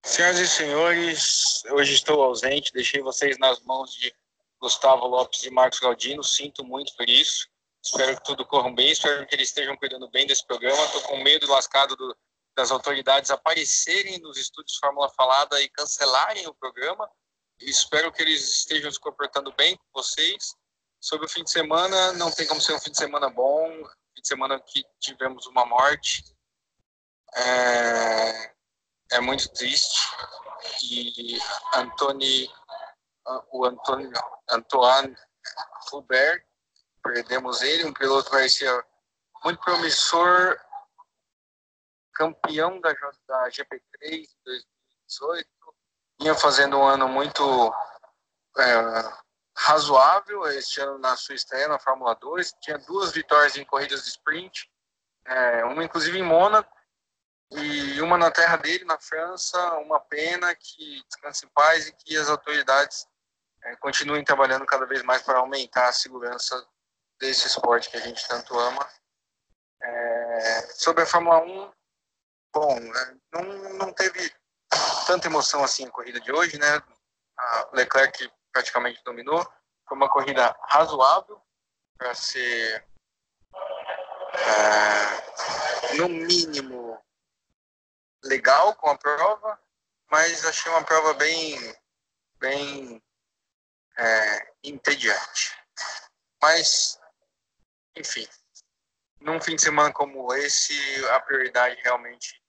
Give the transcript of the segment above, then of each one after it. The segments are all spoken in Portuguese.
Senhoras e senhores, hoje estou ausente, deixei vocês nas mãos de Gustavo Lopes e Marcos Galdino, sinto muito por isso, espero que tudo corra bem, espero que eles estejam cuidando bem desse programa, estou com medo lascado das autoridades aparecerem nos estúdios Fórmula Falada e cancelarem o programa, espero que eles estejam se comportando bem com vocês. Sobre o fim de semana, não tem como ser um fim de semana bom, fim de semana que tivemos uma morte, é muito triste. E Antoine Hubert, perdemos ele, um piloto que vai ser muito promissor, campeão da GP3 em 2018, vinha fazendo um ano muito razoável este ano na sua estreia na Fórmula 2, tinha 2 vitórias em corridas de sprint, uma inclusive em Mônaco, e uma na terra dele, na França. Uma pena, que descanse em paz e que as autoridades continuem trabalhando cada vez mais para aumentar a segurança desse esporte que a gente tanto ama. Sobre a Fórmula 1, bom, não teve tanta emoção assim a corrida de hoje, né? A Leclerc praticamente dominou, foi uma corrida razoável para ser, no mínimo, legal com a prova, mas achei uma prova bem entediante. Mas, enfim, num fim de semana como esse, a prioridade realmente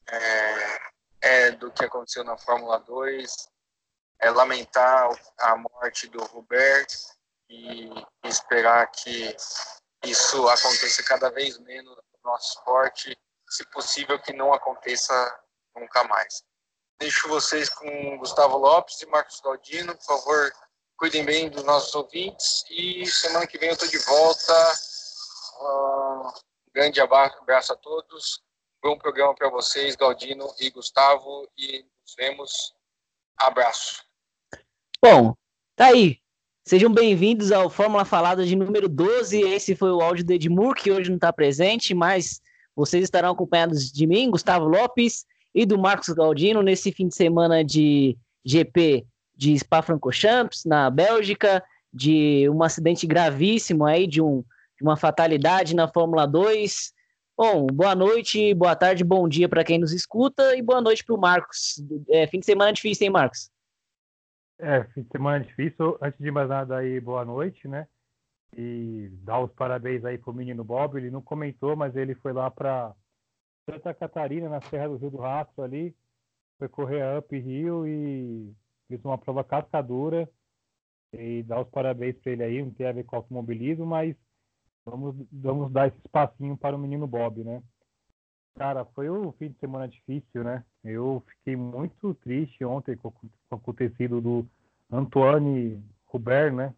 é do que aconteceu na Fórmula 2, é lamentar a morte do Hubert e esperar que isso aconteça cada vez menos no nosso esporte, se possível que não aconteça nunca mais. Deixo vocês com Gustavo Lopes e Marcos Galdino, por favor, cuidem bem dos nossos ouvintes, e semana que vem eu estou de volta. Um grande abraço a todos, bom programa para vocês, Galdino e Gustavo, e nos vemos. Abraço. Bom, tá aí. Sejam bem-vindos ao Fórmula Falada de número 12. Esse foi o áudio do Edmur, que hoje não está presente, mas vocês estarão acompanhados de mim, Gustavo Lopes, e do Marcos Galdino, nesse fim de semana de GP de Spa-Francorchamps, na Bélgica, de um acidente gravíssimo aí, de uma fatalidade na Fórmula 2. Bom, boa noite, boa tarde, bom dia para quem nos escuta, e boa noite para o Marcos. Fim de semana difícil, hein, Marcos? Fim de semana difícil. Antes de mais nada aí, boa noite, né? E dar os parabéns aí pro menino Bob. Ele não comentou, mas ele foi lá para Santa Catarina, na Serra do Rio do Rastro ali, foi correr a Up Hill e fez uma prova cascadura. E dar os parabéns para ele aí, não tem a ver com automobilismo, mas vamos dar esse espacinho para o menino Bob, né? Cara, foi um fim de semana difícil, né? Eu fiquei muito triste ontem com o acontecido do Antoine Hubert, né?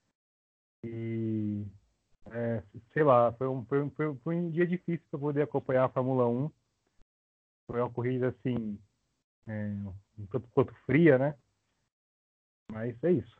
E, sei lá, foi um dia difícil para poder acompanhar a Fórmula 1. Foi uma corrida, assim, um tanto quanto fria, né? Mas é isso.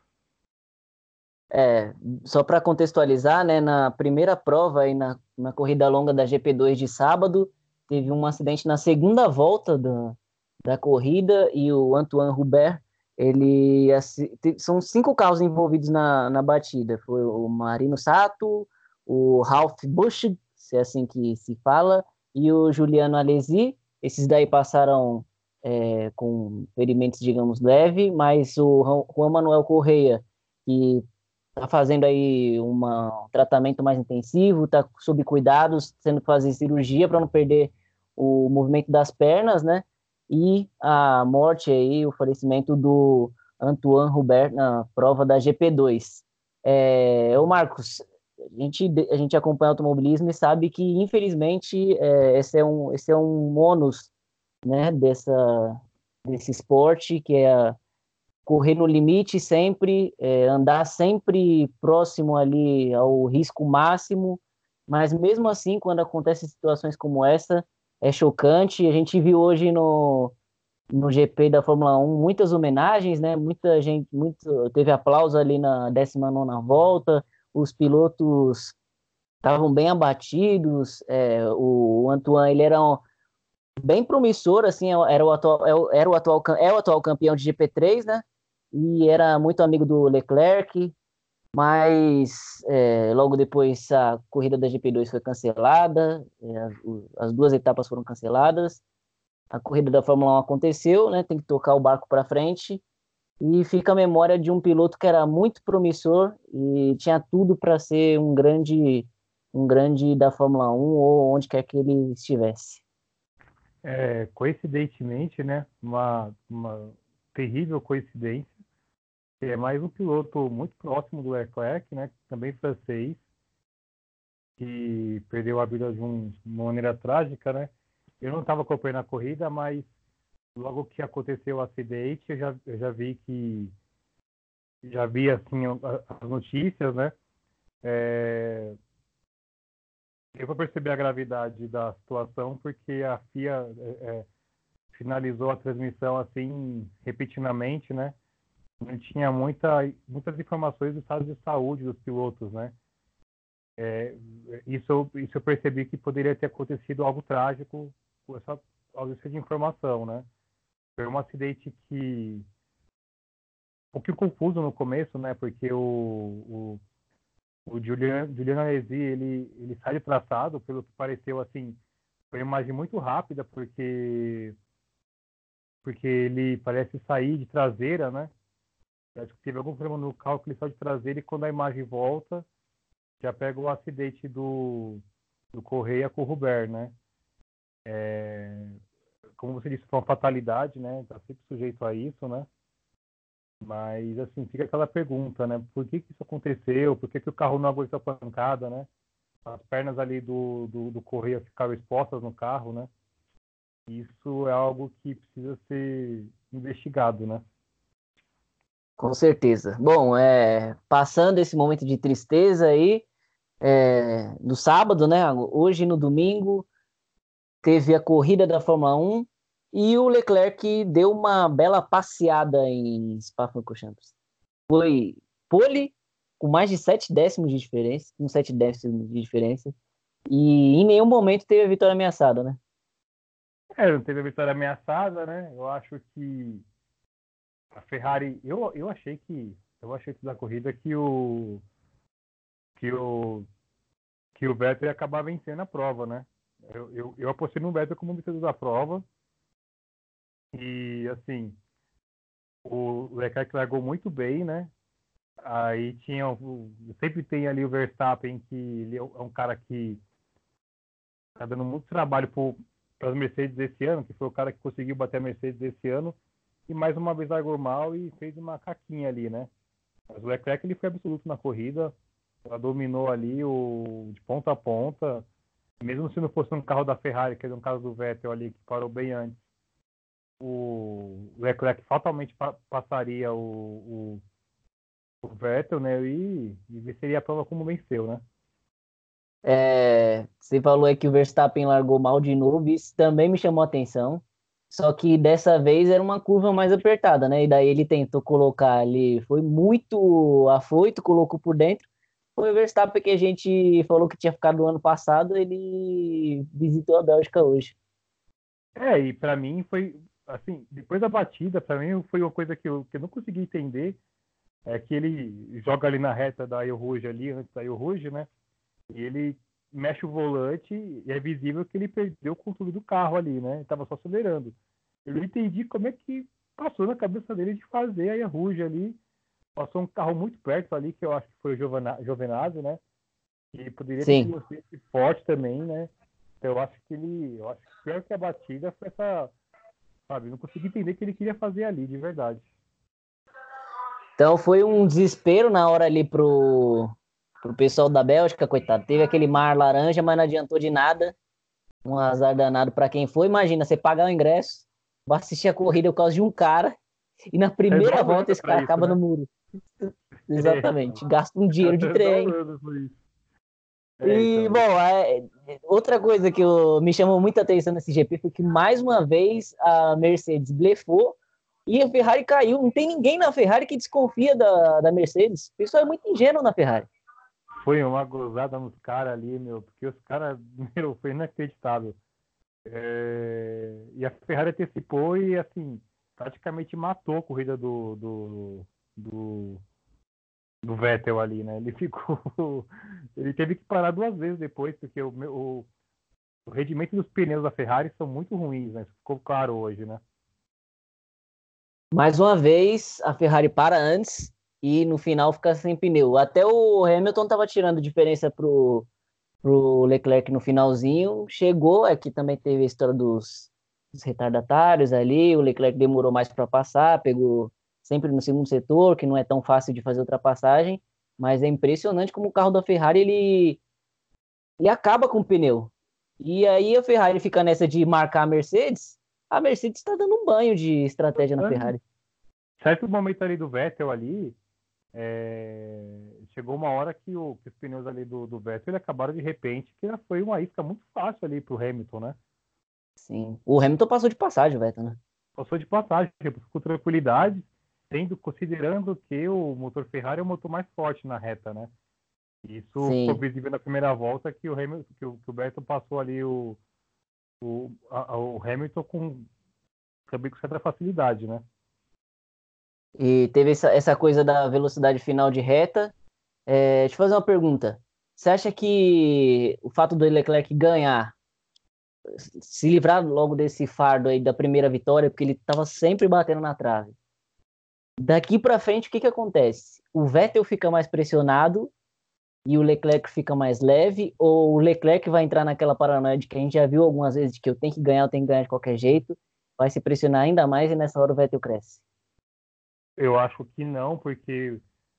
Só para contextualizar, né? Na primeira prova, aí na corrida longa da GP2 de sábado, teve um acidente na segunda volta da corrida, e o Antoine Hubert, são 5 carros envolvidos na batida. Foi o Marino Sato, o Ralf Busch, se é assim que se fala, e o Juliano Alesi. Esses daí passaram com ferimentos, digamos, leves, mas o Juan Manuel Correia, que está fazendo aí um tratamento mais intensivo, está sob cuidados, sendo fazer cirurgia para não perder o movimento das pernas, né? E a morte aí, o falecimento do Antoine Hubert na prova da GP2. Ô Marcos, a gente acompanha automobilismo e sabe que, infelizmente, esse é um ônus, né, desse esporte, que é correr no limite sempre, andar sempre próximo ali ao risco máximo, mas mesmo assim, quando acontecem situações como essa, é chocante. A gente viu hoje no GP da Fórmula 1 muitas homenagens, né? Muita gente, teve aplauso ali na 19ª volta, os pilotos estavam bem abatidos. O Antoine, ele era bem promissor, assim, é o atual campeão de GP3, né? E era muito amigo do Leclerc, mas logo depois a corrida da GP2 foi cancelada, as duas etapas foram canceladas, a corrida da Fórmula 1 aconteceu, né? Tem que tocar o barco para frente, e fica a memória de um piloto que era muito promissor e tinha tudo para ser um grande da Fórmula 1 ou onde quer que ele estivesse. Coincidentemente, né? Uma terrível coincidência. É mais um piloto muito próximo do Leclerc, né? Também francês, que perdeu a vida de uma maneira trágica, né? Eu não estava acompanhando a corrida, mas logo que aconteceu o acidente, já vi assim as notícias, né? Eu vou perceber a gravidade da situação porque a FIA finalizou a transmissão assim repetidamente, né? Não tinha muitas informações do estado de saúde dos pilotos, né? Isso eu percebi que poderia ter acontecido algo trágico com essa ausência de informação, né? Foi um acidente que um pouquinho confuso no começo, né? Porque o Julian Alesi, ele sai de traçado, pelo que pareceu, assim, foi uma imagem muito rápida, porque ele parece sair de traseira, né? Acho que teve algum problema no carro que ele saiu de traseira e quando a imagem volta, já pega o acidente do Correia com o Hubert, né? Como você disse, foi uma fatalidade, né? Está sempre sujeito a isso, né? Mas, assim, fica aquela pergunta, né? Por que isso aconteceu? Por que o carro não aguentou a pancada, né? As pernas ali do Correia ficaram expostas no carro, né? Isso é algo que precisa ser investigado, né? Com certeza. Bom, passando esse momento de tristeza aí, no sábado, né? Hoje no domingo, teve a corrida da Fórmula 1 e o Leclerc deu uma bela passeada em Spa-Francorchamps. Foi pole com mais de 7 décimos de diferença, com 7 décimos de diferença, e em nenhum momento teve a vitória ameaçada, né? Não teve a vitória ameaçada, né? Eu acho que a Ferrari, eu achei da corrida que o que o Vettel ia acabar vencendo a prova, né? Eu apostei no Vettel como vencedor da prova e assim o Leclerc largou muito bem, né? Aí sempre tem ali o Verstappen que ele é um cara que tá dando muito trabalho para as Mercedes esse ano, que foi o cara que conseguiu bater a Mercedes esse ano e mais uma vez largou mal e fez uma caquinha ali, né? Mas o Leclerc ele foi absoluto na corrida, ela dominou ali de ponta a ponta, mesmo se não fosse um carro da Ferrari, que é um carro do Vettel ali que parou bem antes, o Leclerc fatalmente passaria o Vettel, né? E venceria a prova como venceu, né? Você falou aí que o Verstappen largou mal de novo, isso também me chamou a atenção. Só que dessa vez era uma curva mais apertada, né? E daí ele tentou colocar ali, foi muito afoito, colocou por dentro. Foi o Verstappen que a gente falou que tinha ficado no ano passado, ele visitou a Bélgica hoje. E para mim foi assim, depois da batida, para mim foi uma coisa que eu não consegui entender, é que ele joga ali na reta da El Rouge ali, antes da El Rouge, né? E ele mexe o volante e é visível que ele perdeu o controle do carro ali, né? Ele tava só acelerando. Eu não entendi como é que passou na cabeça dele de fazer a Rouge ali. Passou um carro muito perto ali, que eu acho que foi o Giovinazzi, né? Que poderia ter Sim. sido um safety forte também, né? Então eu acho que pior que a batida foi essa, sabe? Não consegui entender o que ele queria fazer ali, de verdade. Então foi um desespero na hora ali pro pessoal da Bélgica, coitado. Teve aquele mar laranja, mas não adiantou de nada. Um azar danado para quem foi. Imagina, você pagar o ingresso, vai assistir a corrida por causa de um cara, e na É primeira volta $10 esse cara pra isso, acaba no né? muro. Então. Exatamente. Gasta um O cara dinheiro de tá trem. $10 por isso. E, Então. bom, outra coisa que me chamou muita atenção nesse GP foi que, mais uma vez, a Mercedes blefou e a Ferrari caiu. Não tem ninguém na Ferrari que desconfia da Mercedes. O pessoal é muito ingênuo na Ferrari. Foi uma gozada nos caras ali, meu, porque os caras, meu, foi inacreditável. E a Ferrari antecipou e, assim, praticamente matou a corrida do Vettel ali, né? Ele ficou. Ele teve que parar 2 vezes depois, porque o rendimento dos pneus da Ferrari são muito ruins, né? Isso ficou claro hoje, né? Mais uma vez, a Ferrari para antes e no final fica sem pneu. Até o Hamilton estava tirando diferença pro Leclerc no finalzinho. Chegou, aqui também teve a história dos retardatários ali. O Leclerc demorou mais para passar, pegou sempre no segundo setor, que não é tão fácil de fazer ultrapassagem. Mas é impressionante como o carro da Ferrari ele acaba com o pneu. E aí a Ferrari fica nessa de marcar a Mercedes está dando um banho de estratégia na Ferrari. Certo momento ali do Vettel ali, chegou uma hora que os pneus ali do Vettel ele acabaram de repente, que foi uma isca muito fácil ali pro Hamilton, né? Sim. O Hamilton passou de passagem, o Vettel, né? Passou de passagem, com tranquilidade, considerando que o motor Ferrari é o motor mais forte na reta, né? Isso ficou Sim. visível na primeira volta que o Hamilton, que o Vettel passou ali o Hamilton também com certa facilidade, né? E teve essa coisa da velocidade final de reta. Deixa eu fazer uma pergunta. Você acha que o fato do Leclerc ganhar, se livrar logo desse fardo aí da primeira vitória, porque ele estava sempre batendo na trave, daqui para frente o que acontece? O Vettel fica mais pressionado e o Leclerc fica mais leve, ou o Leclerc vai entrar naquela paranoia de que a gente já viu algumas vezes de que eu tenho que ganhar de qualquer jeito, vai se pressionar ainda mais e nessa hora o Vettel cresce? Eu acho que não, porque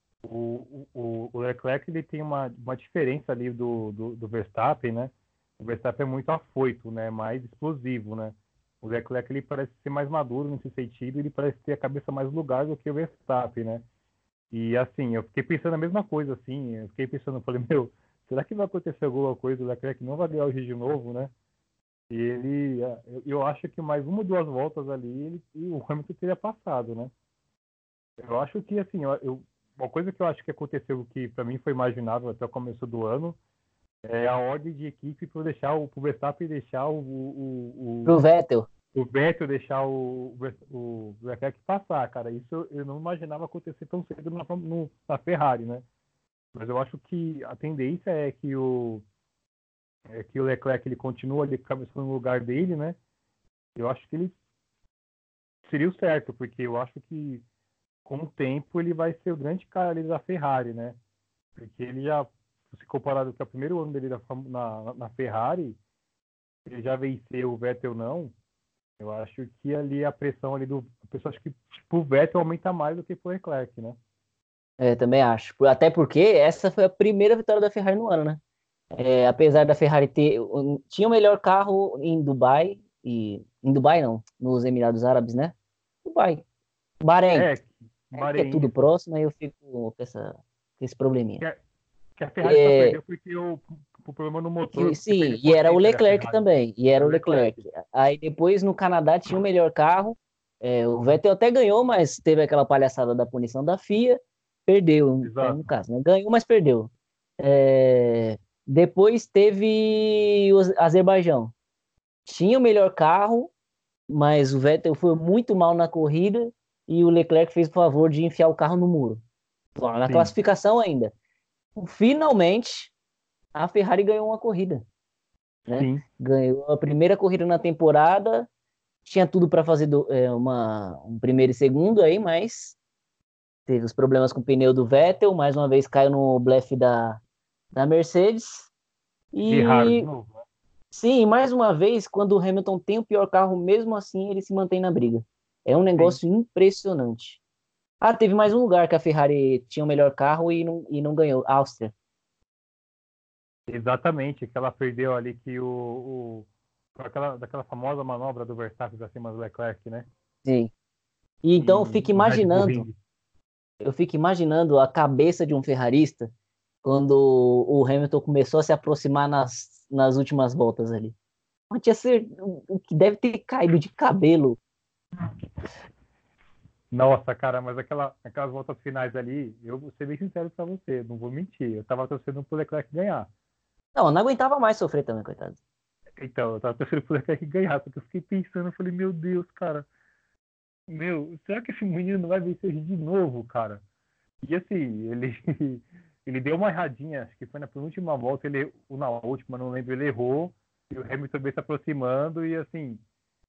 o Leclerc ele tem uma diferença ali do Verstappen, né? O Verstappen é muito afoito, né? Mais explosivo, né? O Leclerc ele parece ser mais maduro nesse sentido, ele parece ter a cabeça mais no lugar do que o Verstappen, né? E assim, eu fiquei pensando a mesma coisa, assim, eu fiquei pensando, eu falei, meu, será que vai acontecer alguma coisa? O Leclerc não vai ganhar hoje de novo, né? E eu acho que mais uma ou 2 voltas ali, e o Hamilton teria passado, né? Eu acho que, assim, uma coisa que eu acho que aconteceu que para mim foi imaginável até o começo do ano é a ordem de equipe para deixar pro Verstappen deixar Pro Vettel. o Vettel deixar o Leclerc passar, cara. Isso eu não imaginava acontecer tão cedo na Ferrari, né? Mas eu acho que a tendência é que o Leclerc ele continua ali cabeçando no lugar dele, né? Eu acho que ele seria o certo, porque eu acho que com o tempo ele vai ser o grande cara ali da Ferrari, né? Porque ele já, se comparado com o primeiro ano dele na Ferrari, ele já venceu o Vettel não. Eu acho que ali a pressão ali a pessoa acho que pro Vettel aumenta mais do que pro Leclerc, né? Também acho. Até porque essa foi a primeira vitória da Ferrari no ano, né? Apesar da Ferrari tinha o melhor carro em Dubai, e em Dubai não, nos Emirados Árabes, né? Dubai. Bahrein. Que é Bahrein, tudo isso. próximo, aí eu fico com esse probleminha. Que a Ferrari só perdeu porque o problema no motor, porque Sim, perdeu e era o potência da Leclerc Ferrari. também, e era Era o o Leclerc. Leclerc. Aí depois no Canadá tinha o melhor carro, o Vettel até ganhou, mas teve aquela palhaçada da punição da FIA, perdeu, no Exato. caso, né? Ganhou, mas perdeu. Depois teve o Azerbaijão. Tinha o melhor carro, mas o Vettel foi muito mal na corrida e o Leclerc fez o favor de enfiar o carro no muro. Bom, na Sim, classificação ainda. Finalmente, a Ferrari ganhou uma corrida, né? sim. Ganhou a primeira corrida na temporada, tinha tudo para fazer um primeiro e segundo aí, mas teve os problemas com o pneu do Vettel, mais uma vez caiu no blefe da Mercedes. De raro de E novo, né? sim, mais uma vez, quando o Hamilton tem o pior carro, mesmo assim ele se mantém na briga. É um Sim. negócio impressionante. Teve mais um lugar que a Ferrari tinha o melhor carro e não ganhou, Áustria. Exatamente, que ela perdeu ali que daquela famosa manobra do Verstappen acima do Leclerc, né? Sim. E então E no Red Bull Ring. eu fico imaginando a cabeça de um ferrarista quando o Hamilton começou a se aproximar nas últimas voltas ali. Tinha ser o que deve ter caído de cabelo. Nossa, cara, mas aquelas voltas finais ali, eu vou ser bem sincero pra você, não vou mentir. Eu tava torcendo pro Leclerc ganhar. Não aguentava mais sofrer também, coitado. Então, eu tava torcendo pro Leclerc ganhar, porque eu fiquei pensando, eu falei, meu Deus, cara, será que esse menino não vai vencer de novo, cara? E assim, ele, ele deu uma erradinha, acho que foi na penúltima volta, ou na última, não lembro, ele errou, e o Hamilton veio se aproximando, e assim,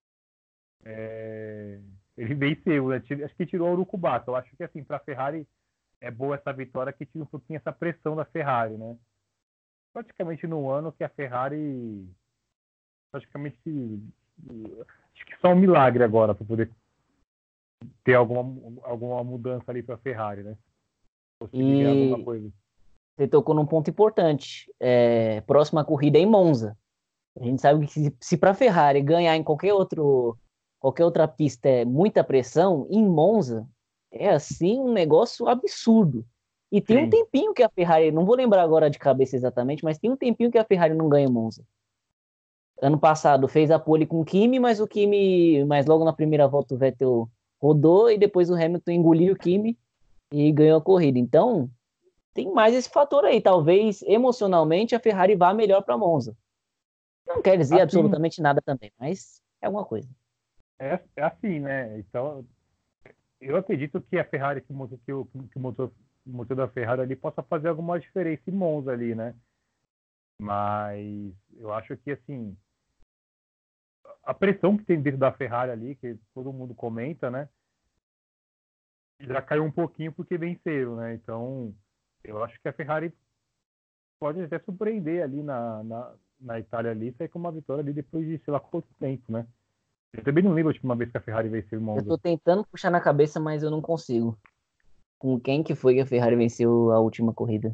ele venceu, né? Acho que tirou o Urucubaca. Eu acho que assim, pra Ferrari é boa essa vitória, que tira um pouquinho essa pressão da Ferrari, né? Praticamente no ano que a Ferrari, praticamente, acho que só um milagre agora para poder ter alguma mudança ali para a Ferrari, né? Conseguir ganhar alguma E coisa. você tocou num ponto importante. Próxima corrida é em Monza. A gente sabe que se para a Ferrari ganhar em qualquer outra pista é muita pressão, em Monza é assim um negócio absurdo. E tem um Sim, tempinho que a Ferrari, não vou lembrar agora de cabeça exatamente, mas tem um tempinho que a Ferrari não ganha em Monza. Ano passado fez a pole com o Kimi, mas logo na primeira volta o Vettel rodou e depois o Hamilton engoliu o Kimi e ganhou a corrida. Então, tem mais esse fator aí. Talvez emocionalmente a Ferrari vá melhor para Monza. Não quer dizer assim, absolutamente nada também, mas é alguma coisa. é assim, né? Então, eu acredito que a Ferrari, o motor da Ferrari ali possa fazer alguma diferença em Monza ali, né? Mas eu acho que, assim, a pressão que tem dentro da Ferrari ali, que todo mundo comenta, né? Já caiu um pouquinho porque venceram, né? Então, eu acho que a Ferrari pode até surpreender ali na Itália ali, sair com uma vitória ali depois de sei lá quanto tempo, né? Eu também não lembro a última vez que a Ferrari venceu o Eu Monza. tô tentando puxar na cabeça, mas eu não consigo. Com quem que foi que a Ferrari venceu a última corrida?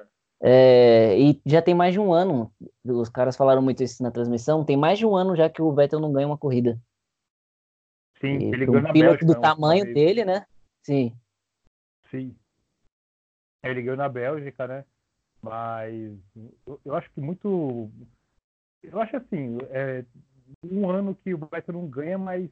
E já tem mais de um ano, os caras falaram muito isso na transmissão, tem mais de um ano já que o Vettel não ganha uma corrida. Sim, E ele para um ganhou na piloto do Bélgica na última tamanho vez. dele, né? Sim. Sim, ele ganhou na Bélgica, né? Mas eu acho que muito. Eu acho assim, um ano que o Vettel não ganha, mas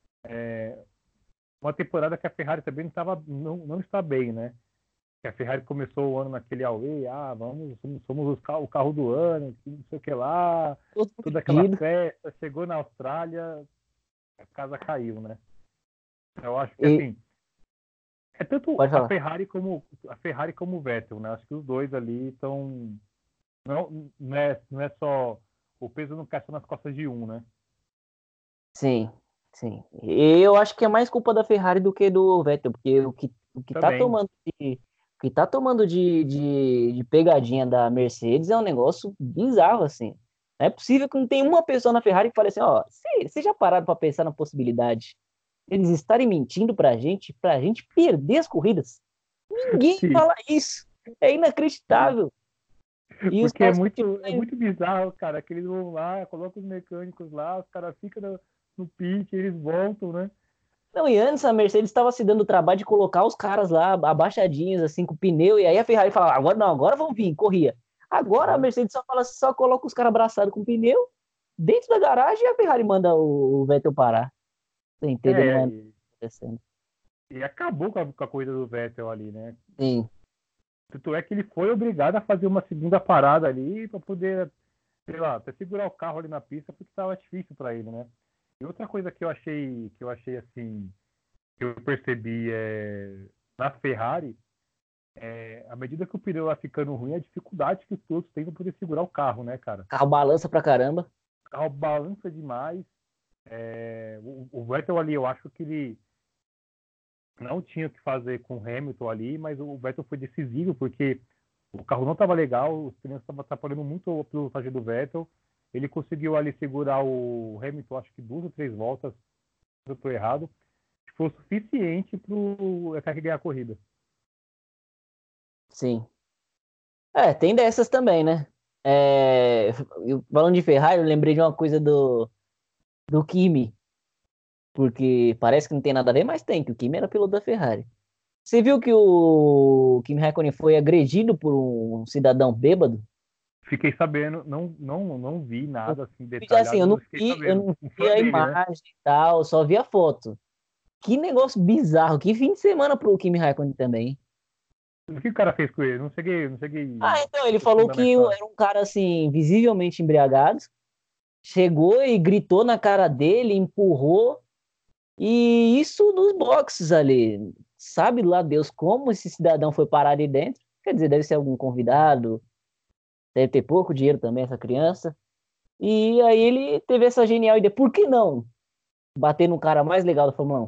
uma temporada que a Ferrari também não está bem, né? Que a Ferrari começou o ano naquele auê, somos o carro do ano, não sei o que lá, Todo toda aquela fudido. festa, chegou na Austrália, a casa caiu, né? Eu acho que E assim, é tanto pode falar. a Ferrari como o Vettel, né? Acho que os dois ali estão não é só o peso não cai só nas costas de um, né? Sim, sim. E eu acho que é mais culpa da Ferrari do que do Vettel, porque o que tá Também. tomando de pegadinha da Mercedes é um negócio bizarro, assim. Não é possível que não tenha uma pessoa na Ferrari que fale assim, ó, você já pararam para pensar na possibilidade de eles estarem mentindo pra gente perder as corridas? Ninguém Sim, fala isso. É sim. inacreditável. E os Porque é caras muito, é continuam. muito bizarro, cara, que eles vão lá, colocam os mecânicos lá, os caras ficam no pit, eles voltam, né? Não, e antes a Mercedes estava se dando o trabalho de colocar os caras lá abaixadinhos, assim, com o pneu, e aí a Ferrari falava, agora não, agora vão vir, corria. Agora a É. Mercedes só coloca os caras abraçados com o pneu dentro da garagem e a Ferrari manda o Vettel parar. Você entende? Não É, é e, acontecendo. e acabou com a corrida do Vettel ali, né? Sim, Tanto é que ele foi obrigado a fazer uma segunda parada ali para poder, sei lá, até segurar o carro ali na pista porque estava difícil para ele, né? E outra coisa que eu achei assim, que eu percebi na Ferrari, à medida que o pneu vai ficando ruim, a dificuldade que os pilotos têm para poder segurar o carro, né, cara? carro balança pra caramba. O carro balança demais. O Vettel ali, eu acho que ele não tinha o que fazer com o Hamilton ali, mas o Vettel foi decisivo porque o carro não estava legal, os pneus estavam atrapalhando muito a pilotagem do Vettel. Ele conseguiu ali segurar o Hamilton, acho que 2 ou 3 voltas, se eu estou errado, que foi o suficiente para o Leclerc ganhar a corrida. Sim. Tem dessas também, né? Falando de Ferrari, eu lembrei de uma coisa do Kimi, porque parece que não tem nada a ver, mas tem, que o Kimi era piloto da Ferrari. Você viu que o Kimi Raikkonen foi agredido por um cidadão bêbado? Fiquei sabendo, não vi Eu, nada assim assim, detalhado, mas fiquei eu sabendo. não Um vi fã a dele, né? imagem e tal, só vi a foto. Que negócio bizarro, que fim de semana pro Kimi Raikkonen também. O que o cara fez com ele? Não cheguei Então, ele falou aprofundando que na história. era um cara, assim, visivelmente embriagado, chegou e gritou na cara dele, empurrou, e isso nos boxes ali. Sabe lá Deus como esse cidadão foi parar ali dentro? Quer dizer, deve ser algum convidado, deve ter pouco dinheiro também essa criança. E aí ele teve essa genial ideia, por que não bater no cara mais legal da Fórmula 1?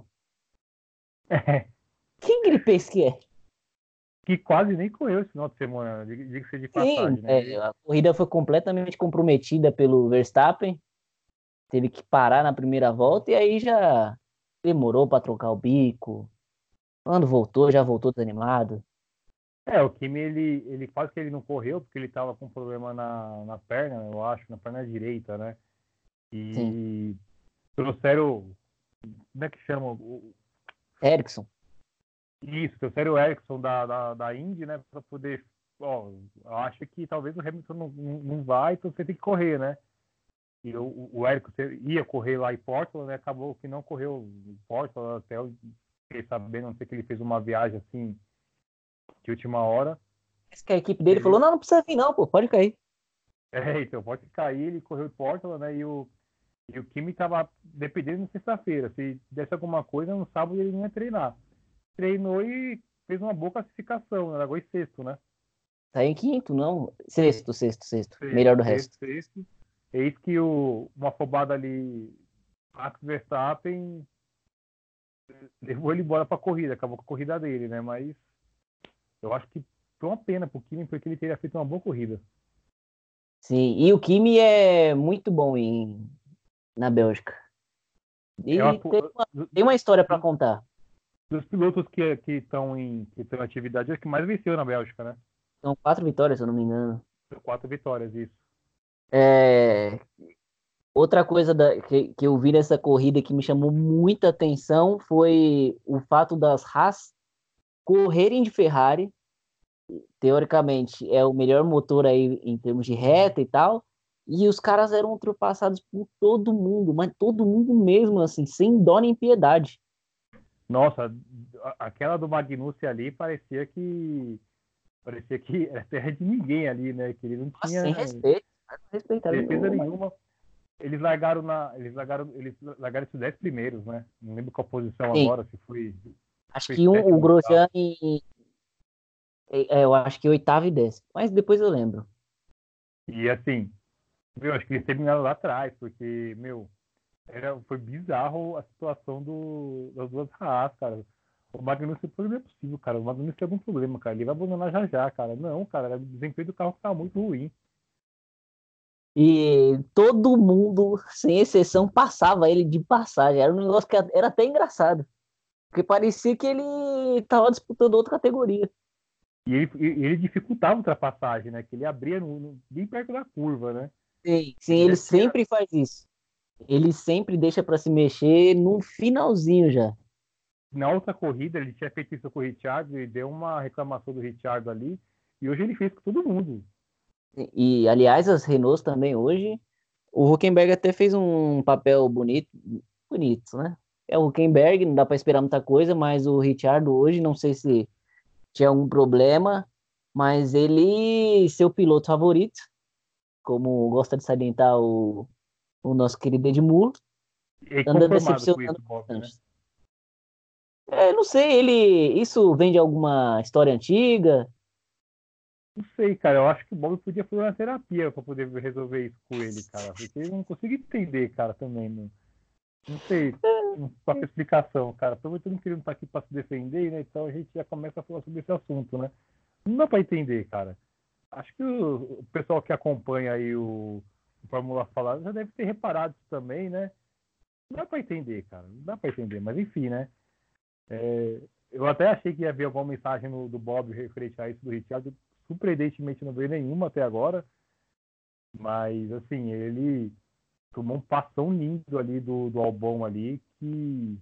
Quem que ele pensa que é? Que quase nem correu esse final de semana, diga-se de Sim, passagem, né? a corrida foi completamente comprometida pelo Verstappen, teve que parar na primeira volta e aí já demorou para trocar o bico. Quando voltou, já voltou desanimado. O Kimi, ele quase que ele não correu, porque ele tava com problema na perna, eu acho, na perna direita, né? Sim, E trouxeram, como é que chama? Erickson. Isso, trouxeram o Ericsson da Indy, né? Para poder, ó, eu acho que talvez o Hamilton não vai, então você tem que correr, né? E o Ericsson ia correr lá em Portland, né? Acabou que não correu em Portland, até eu fiquei sabendo, não sei que ele fez uma viagem assim, de última hora. Parece que a equipe dele falou, Ele, não, não precisa vir não, pô, pode cair. então, pode cair, ele correu em Portland, né? E o Kimi estava dependendo de sexta-feira. Se desse alguma coisa, no sábado ele não ia treinar. Treinou e fez uma boa classificação, né? Largou em sexto, né? Tá em quinto, não. Sexto, sexto, sexto. Sexto, Melhor do sexto, resto. sexto. Eis que uma afobada ali, Max Verstappen levou ele embora para a corrida, acabou com a corrida dele, né? Mas eu acho que foi uma pena pro Kimi, porque ele teria feito uma boa corrida. Sim, e o Kimi é muito bom na Bélgica. É uma, E tem uma história para contar. dos pilotos que estão em atividade, é o que mais venceu na Bélgica, né? São 4 vitórias, se eu não me engano. São 4 vitórias, isso. É, outra coisa que eu vi nessa corrida que me chamou muita atenção foi o fato das Haas correrem de Ferrari. Teoricamente, é o melhor motor aí em termos de reta e tal. E os caras eram ultrapassados por todo mundo, mas todo mundo mesmo, assim, sem dó nem piedade. Nossa, aquela do Magnussen ali parecia que era terra de ninguém ali, né? Que ele não Nossa, sem tinha respeito. Não respeitaram defesa nenhuma. nenhuma. Eles largaram os 10 primeiros, né? Não lembro qual posição Sim, agora, se acho foi que o sétimo ou oitavo. Grosjean eu acho que oitavo e décimo. Mas depois eu lembro. E assim, meu, acho que eles terminaram lá atrás, porque, meu, foi bizarro a situação das duas Haas, cara. O Magnussen, não é possível, cara. O Magnussen tem algum problema, cara. Ele vai abandonar já já, cara. Não, cara, o desempenho do carro tá muito ruim. E todo mundo, sem exceção, passava ele de passagem. Era um negócio que era até engraçado. Porque parecia que ele estava disputando outra categoria. E ele dificultava a ultrapassagem, né? Que ele abria bem perto da curva, né? Sim, sim, Ele ele já tinha. sempre faz isso. Ele sempre deixa para se mexer no finalzinho já. Na outra corrida, ele tinha feito isso com o Ricciardo e deu uma reclamação do Ricciardo ali. E hoje ele fez com todo mundo. E, aliás, as Renaults também hoje, o Huckenberg até fez um papel bonito, bonito, né? É o Huckenberg, não dá para esperar muita coisa, mas o Ricciardo hoje, não sei se tinha algum problema, mas ele, seu piloto favorito, como gosta de salientar o nosso querido Edmur, E anda conformado com isso, decepcionando Bob, né? bastante. Não sei, isso vem de alguma história antiga? Não sei, cara. Eu acho que o Bob podia fazer uma terapia para poder resolver isso com ele, cara. Porque eu não consigo entender, cara, também. Não sei qual é a explicação, cara. Aproveitando que ele não tá aqui para se defender, né? Então a gente já começa a falar sobre esse assunto, né? Não dá para entender, cara. Acho que o pessoal que acompanha aí o Fórmula Falada já deve ter reparado isso também, né? Não dá para entender, cara. Não dá para entender. Mas enfim, né? Eu até achei que ia ver alguma mensagem do Bob referente a isso do Richard. Surpreendentemente não veio nenhuma até agora. Mas, assim, ele tomou um passão lindo ali do Albon ali, que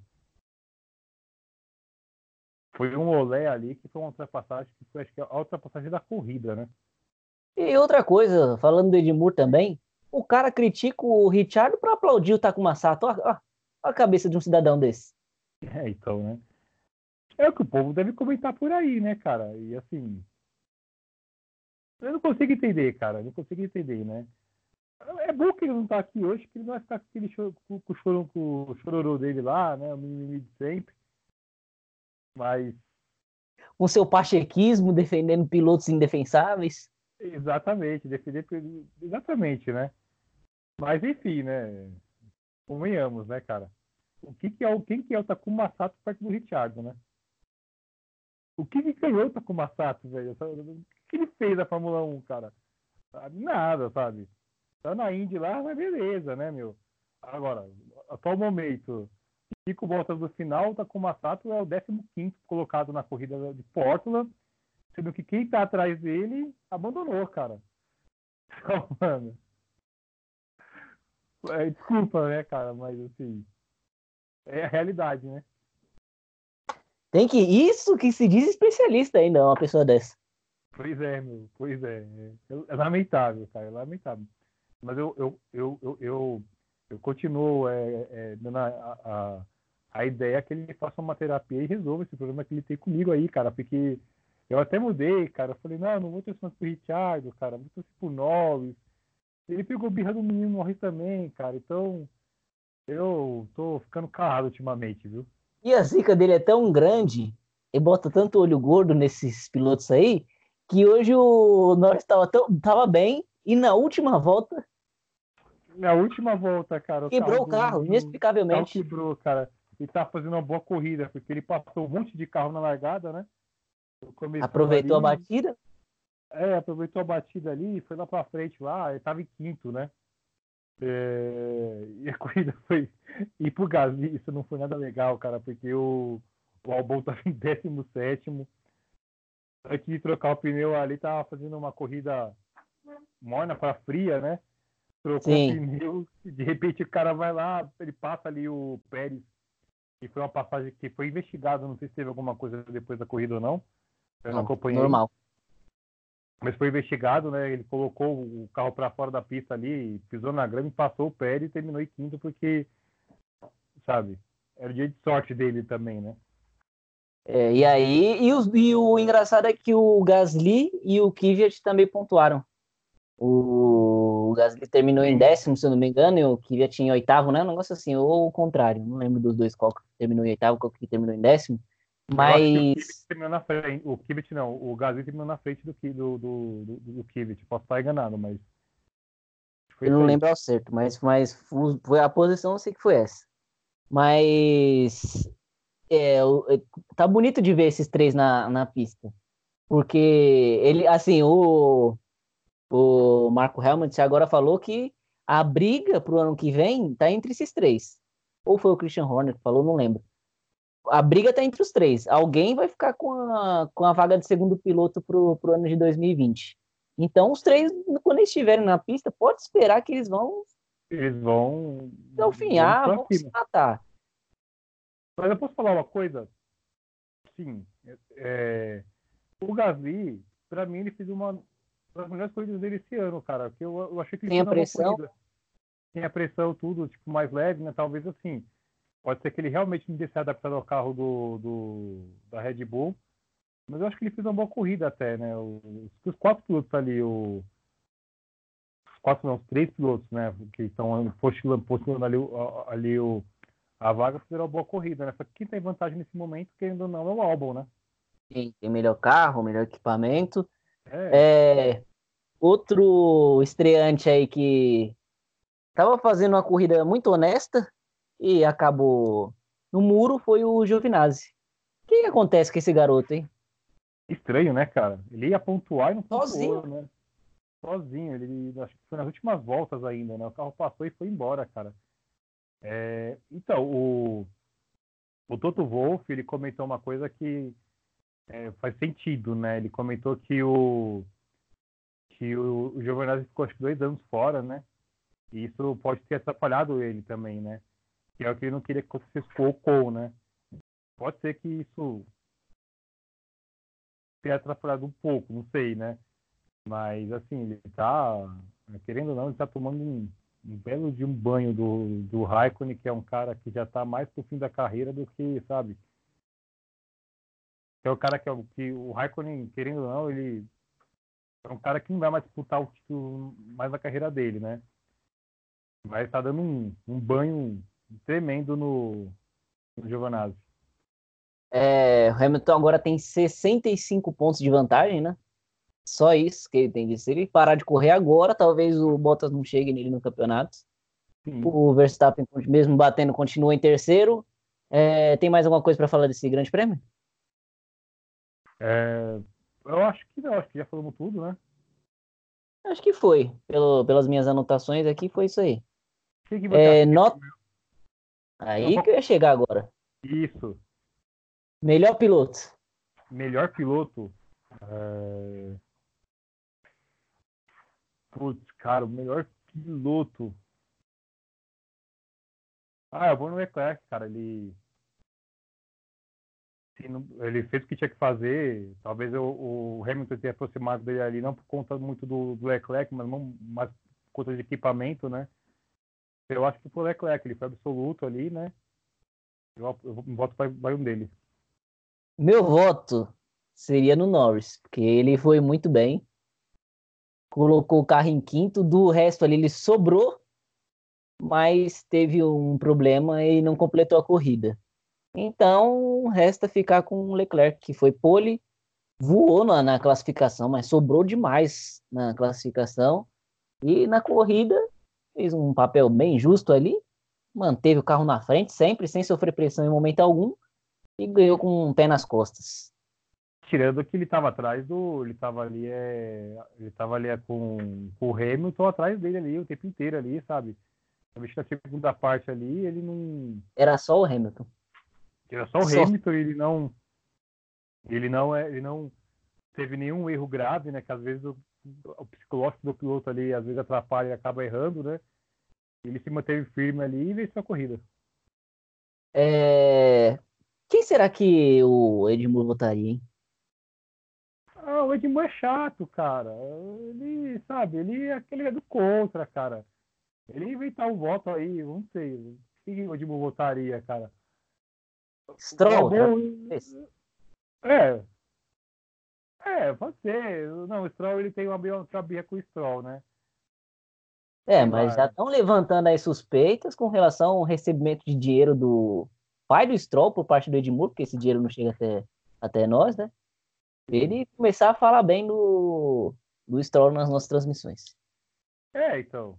foi um olé ali, que foi uma ultrapassagem, que foi, acho que a ultrapassagem da corrida, né? E outra coisa, falando do Edmur também, o cara critica o Richard para aplaudir o Takuma Sato. Olha a cabeça de um cidadão desse. Então, né? É o que o povo deve comentar por aí, né, cara? E assim, eu não consigo entender, cara. Eu não consigo entender, né? É bom que ele não tá aqui hoje, que ele não vai ficar com aquele com o chororô dele lá, né? O mimimi de sempre. Mas, Com seu pachequismo, defendendo pilotos indefensáveis. exatamente, exatamente, né? Mas, enfim, né? Convenhamos, né, cara? Quem que é o Takuma Sato perto do Richard, né? O que ganhou o Takuma Sato, velho? O que ele fez da Fórmula 1, cara? Sabe? Nada, sabe? Tá na Indy lá, mas beleza, né, meu? Agora, atual momento, 5 voltas do final, o Takuma Sato é o 15º colocado na corrida de Portland, sendo que quem tá atrás dele abandonou, cara. Então, mano, desculpa, né, cara, mas assim, é a realidade, né? Tem que. Isso que se diz especialista ainda, uma pessoa dessa. Pois é, meu, pois é. É lamentável, cara, é lamentável. Mas eu continuo dando a ideia que ele faça uma terapia e resolva esse problema que ele tem comigo aí, cara, porque eu até mudei, cara. Eu falei, não vou torcer mais pro Richard, cara, vou torcer pro Norris. Ele pegou birra do menino Norris também, cara. Então, eu tô ficando calado ultimamente, viu? E a zica dele é tão grande, e bota tanto olho gordo nesses pilotos aí, que hoje o Norris tava bem, e na última volta Na última volta, cara, o carro quebrou o do carro, menino, o carro inexplicavelmente. quebrou, cara. E tá fazendo uma boa corrida, porque ele passou um monte de carro na largada, né? No comecinho Aproveitou a ali, batida. aproveitou a batida ali e foi lá pra frente lá, ele tava em quinto, né? E a corrida foi. E pro Gasly, isso não foi nada legal, cara, porque o Albon tava em 17º. Antes de trocar o pneu ali, tava fazendo uma corrida morna para fria, né? Trocou o Sim, pneu, e de repente o cara vai lá, ele passa ali o Pérez, que foi uma passagem que foi investigada, não sei se teve alguma coisa depois da corrida ou não, eu não não, acompanhei, normal. mas foi investigado, né? Ele colocou o carro para fora da pista ali, pisou na grama e passou o Pérez e terminou em quinto porque, sabe, era o dia de sorte dele também, né? E aí, e o engraçado é que o Gasly e o Kvyat também pontuaram. O Gasly terminou em Sim, 10º, se eu não me engano, e o Kvyat em oitavo, né? Um negócio assim, ou o contrário. Não lembro dos dois, qual que terminou em oitavo, qual que terminou em 10º. eu acho que o Kvyat Mas terminou na frente, o Kvyat não, o Gasly terminou na frente do Kvyat, posso estar enganado, mas foi eu isso não aí. lembro ao certo. Mas foi a posição, eu sei que foi essa. Mas tá bonito de ver esses três na pista. Porque ele, assim, o Marco Helmut agora falou que a briga pro ano que vem tá entre esses três. Ou foi o Christian Horner que falou, não lembro. A briga tá entre os três. Alguém vai ficar com a vaga de segundo piloto pro ano de 2020. Então, os três, quando eles estiverem na pista, pode esperar que eles vão Eles vão, vão galfinhar, pra vão se cima. matar. Mas eu posso falar uma coisa? Sim. O Gasly, pra mim, ele fez uma das melhores corridas dele esse ano, cara. Porque eu achei que ele Tem a fez uma boa pressão. corrida. Tem a pressão, tudo, tipo, mais leve, né? Talvez assim. Pode ser que ele realmente não tenha se adaptado ao carro da Red Bull. Mas eu acho que ele fez uma boa corrida até, né? Os 4 pilotos ali, os 4 não, os 3 pilotos, né? Que estão postulando a vaga, fizeram uma boa corrida, né? Só que quem tem vantagem nesse momento, querendo ou não, é o Albon, né? Tem melhor carro, melhor equipamento. É, É, outro estreante aí que tava fazendo uma corrida muito honesta e acabou no muro foi o Giovinazzi. O que acontece com esse garoto, hein? estranho, né, cara? Ele ia pontuar e não Sozinho. pontuou, né? Sozinho, ele acho que foi nas últimas voltas ainda, né? O carro passou e foi embora, cara. Então, o Toto Wolff, ele comentou uma coisa que faz sentido, né? Ele comentou que o Giovinazzi ficou acho que 2 anos fora, né? E isso pode ter atrapalhado ele também, né? Que é o que ele não queria que acontecesse com o Ocon, né? Pode ser que isso tenha atrapalhado um pouco, não sei, né? Mas, assim, ele tá, querendo ou não, ele tá tomando um belo de um banho do Raikkonen, que é um cara que já tá mais pro fim da carreira do que, sabe? Que é o cara que o Raikkonen, querendo ou não, ele é um cara que não vai mais disputar o título mais na carreira dele, né? Mas tá dando um banho tremendo no Giovinazzi. O Hamilton agora tem 65 pontos de vantagem, né? Só isso que ele tem de. Se ele parar de correr agora, talvez o Bottas não chegue nele no campeonato. Sim. O Verstappen, mesmo batendo, continua em terceiro. Tem mais alguma coisa para falar desse grande prêmio? Eu acho que não, acho que já falamos tudo, né? Acho que foi. Pelas minhas anotações aqui, foi isso aí. O que você acha? Aí que eu ia chegar agora. Isso. Melhor piloto. Melhor piloto. Putz, cara, o melhor piloto. Eu vou no Leclerc, cara. Ele fez o que tinha que fazer. Talvez o Hamilton tenha aproximado dele ali, não por conta muito do Leclerc, mas por conta de equipamento, né? Eu acho que foi o Leclerc, ele foi absoluto ali, né? Eu voto para um dele. Meu voto seria no Norris, porque ele foi muito bem. Colocou o carro em quinto, do resto ali ele sobrou, mas teve um problema e não completou a corrida. Então, resta ficar com o Leclerc, que foi pole, voou na classificação, mas sobrou demais na classificação. E na corrida, fez um papel bem justo ali, manteve o carro na frente sempre, sem sofrer pressão em momento algum, e ganhou com um pé nas costas. Tirando que ele estava atrás do. Ele tava ali com o Hamilton atrás dele ali o tempo inteiro ali, sabe? Talvez na segunda parte ali, ele não. Era só o Hamilton. Era só o Hamilton, ele não teve nenhum erro grave, né? Que às vezes o psicológico do piloto ali às vezes atrapalha e acaba errando, né? Ele se manteve firme ali e venceu a corrida. Quem será que o Edmur votaria, hein? O Edmund é chato, cara. Ele, sabe, ele é aquele do contra, cara. Ele ia inventar um voto aí, não sei. Quem o Edmund votaria, cara? Stroll, É, pode ser. Não, o Stroll ele tem uma birra com o Stroll, né? Sei mas lá. já estão levantando aí suspeitas com relação ao recebimento de dinheiro do pai do Stroll por parte do Edmur, porque esse dinheiro não chega até nós, né? Ele começar a falar bem do Stroll nas nossas transmissões. Então.